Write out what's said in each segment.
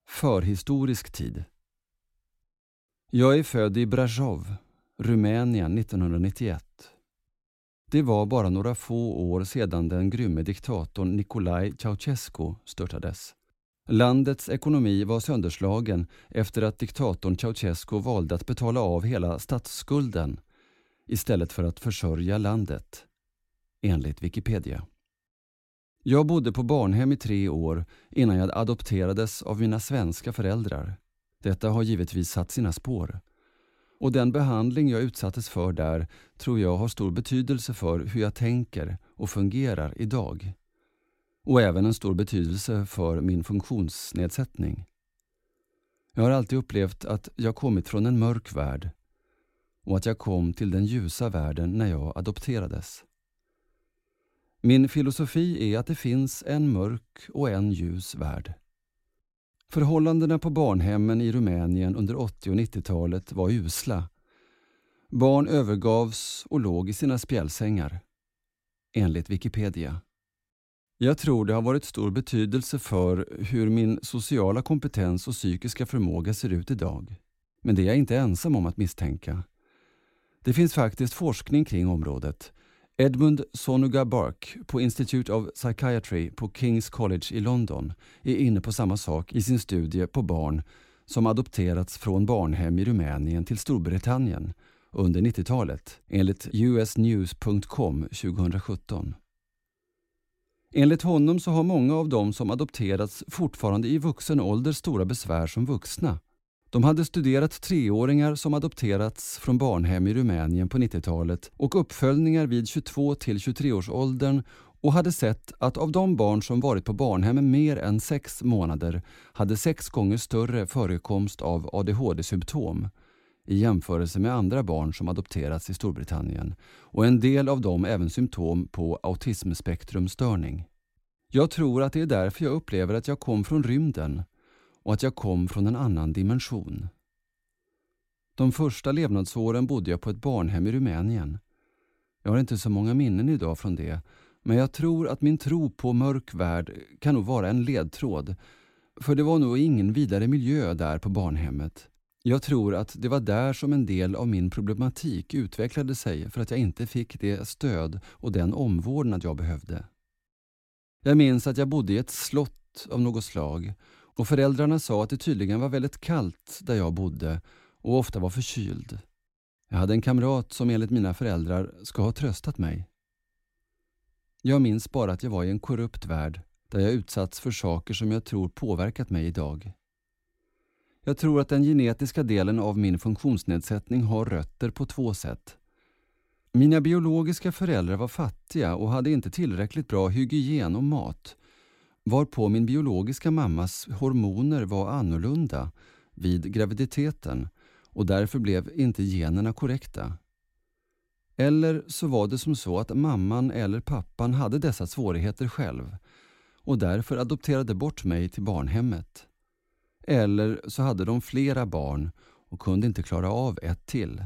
Förhistorisk tid. Jag är född i Brașov, Rumänien 1991. Det var bara några få år sedan den grymme diktatorn Nicolae Ceausescu störtades. Landets ekonomi var sönderslagen efter att diktatorn Ceausescu valde att betala av hela statsskulden istället för att försörja landet, enligt Wikipedia. Jag bodde på barnhem i 3 år innan jag adopterades av mina svenska föräldrar. Detta har givetvis satt sina spår. Och den behandling jag utsattes för där tror jag har stor betydelse för hur jag tänker och fungerar idag. Och även en stor betydelse för min funktionsnedsättning. Jag har alltid upplevt att jag kommit från en mörk värld och att jag kom till den ljusa världen när jag adopterades. Min filosofi är att det finns en mörk och en ljus värld. Förhållandena på barnhemmen i Rumänien under 80- och 90-talet var usla. Barn övergavs och låg i sina spjälsängar, enligt Wikipedia. Jag tror det har varit stor betydelse för hur min sociala kompetens och psykiska förmåga ser ut idag. Men det är jag inte ensam om att misstänka. Det finns faktiskt forskning kring området. Edmund Sonuga-Barke på Institute of Psychiatry på King's College i London är inne på samma sak i sin studie på barn som adopterats från barnhem i Rumänien till Storbritannien under 90-talet, enligt usnews.com 2017. Enligt honom så har många av dem som adopterats fortfarande i vuxen ålder stora besvär som vuxna. De hade studerat 3-åringar som adopterats från barnhem i Rumänien på 90-talet och uppföljningar vid 22 till 23-årsåldern och hade sett att av de barn som varit på barnhem mer än 6 månader hade 6 gånger större förekomst av ADHD-symptom i jämförelse med andra barn som adopterats i Storbritannien och en del av dem även symptom på autismspektrumstörning. Jag tror att det är därför jag upplever att jag kom från rymden och att jag kom från en annan dimension. De första levnadsåren bodde jag på ett barnhem i Rumänien. Jag har inte så många minnen idag från det, men jag tror att min tro på mörk värld kan nog vara en ledtråd, för det var nog ingen vidare miljö där på barnhemmet. Jag tror att det var där som en del av min problematik utvecklade sig för att jag inte fick det stöd och den omvårdnad jag behövde. Jag minns att jag bodde i ett slott av något slag och föräldrarna sa att det tydligen var väldigt kallt där jag bodde och ofta var förkyld. Jag hade en kamrat som enligt mina föräldrar ska ha tröstat mig. Jag minns bara att jag var i en korrupt värld där jag utsatts för saker som jag tror påverkat mig idag. Jag tror att den genetiska delen av min funktionsnedsättning har rötter på 2 sätt. Mina biologiska föräldrar var fattiga och hade inte tillräckligt bra hygien och mat, varpå min biologiska mammas hormoner var annorlunda vid graviditeten och därför blev inte generna korrekta. Eller så var det som så att mamman eller pappan hade dessa svårigheter själv och därför adopterade bort mig till barnhemmet. Eller så hade de flera barn och kunde inte klara av ett till.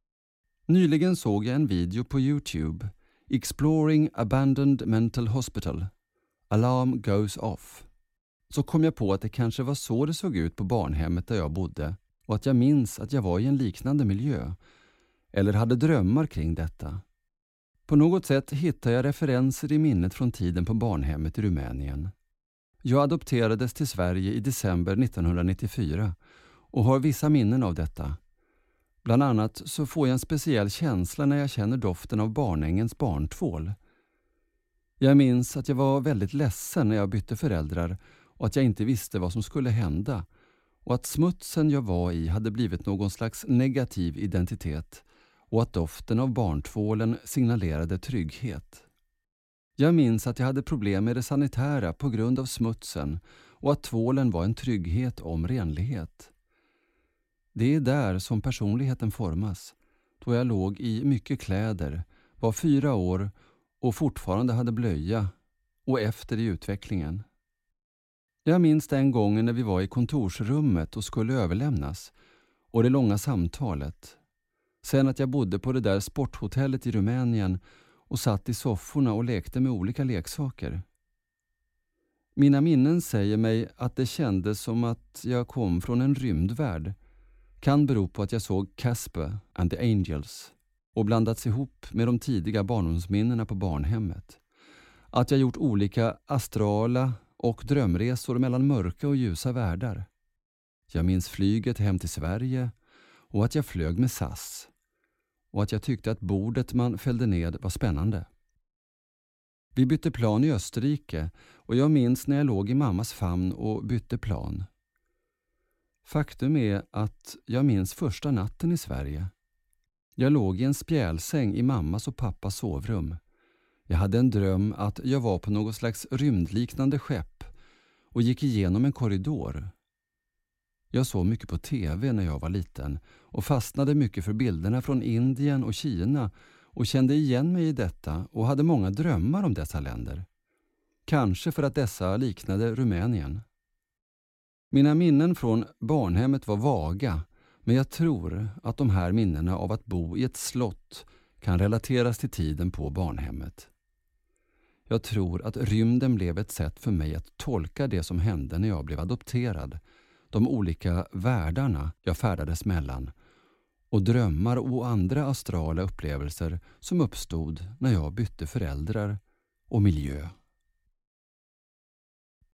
Nyligen såg jag en video på YouTube, Exploring Abandoned Mental Hospital. Alarm goes off. Så kom jag på att det kanske var så det såg ut på barnhemmet där jag bodde och att jag minns att jag var i en liknande miljö eller hade drömmar kring detta. På något sätt hittar jag referenser i minnet från tiden på barnhemmet i Rumänien. Jag adopterades till Sverige i december 1994 och har vissa minnen av detta. Bland annat så får jag en speciell känsla när jag känner doften av barnängens barntvål. Jag minns att jag var väldigt ledsen när jag bytte föräldrar och att jag inte visste vad som skulle hända och att smutsen jag var i hade blivit någon slags negativ identitet och att doften av barntvålen signalerade trygghet. Jag minns att jag hade problem med det sanitära på grund av smutsen och att tvålen var en trygghet om renlighet. Det är där som personligheten formas, då jag låg i mycket kläder, var 4 år och fortfarande hade blöja och efter i utvecklingen. Jag minns den gången när vi var i kontorsrummet och skulle överlämnas och det långa samtalet. Sen att jag bodde på det där sporthotellet i Rumänien och satt i sofforna och lekte med olika leksaker. Mina minnen säger mig att det kändes som att jag kom från en rymdvärld. Kan bero på att jag såg Casper and the Angels och blandats ihop med de tidiga barndomsminnena på barnhemmet. Att jag gjort olika astrala och drömresor mellan mörka och ljusa världar. Jag minns flyget hem till Sverige och att jag flög med SAS. Och att jag tyckte att bordet man fällde ned var spännande. Vi bytte plan i Österrike och jag minns när jag låg i mammas famn och bytte plan. Faktum är att jag minns första natten i Sverige. Jag låg i en spjälsäng i mammas och pappas sovrum. Jag hade en dröm att jag var på något slags rymdliknande skepp och gick igenom en korridor. Jag såg mycket på tv när jag var liten och fastnade mycket för bilderna från Indien och Kina och kände igen mig i detta och hade många drömmar om dessa länder. Kanske för att dessa liknade Rumänien. Mina minnen från barnhemmet var vaga, men jag tror att de här minnena av att bo i ett slott kan relateras till tiden på barnhemmet. Jag tror att rymden blev ett sätt för mig att tolka det som hände när jag blev adopterad, de olika världarna jag färdades mellan och drömmar och andra astrala upplevelser som uppstod när jag bytte föräldrar och miljö.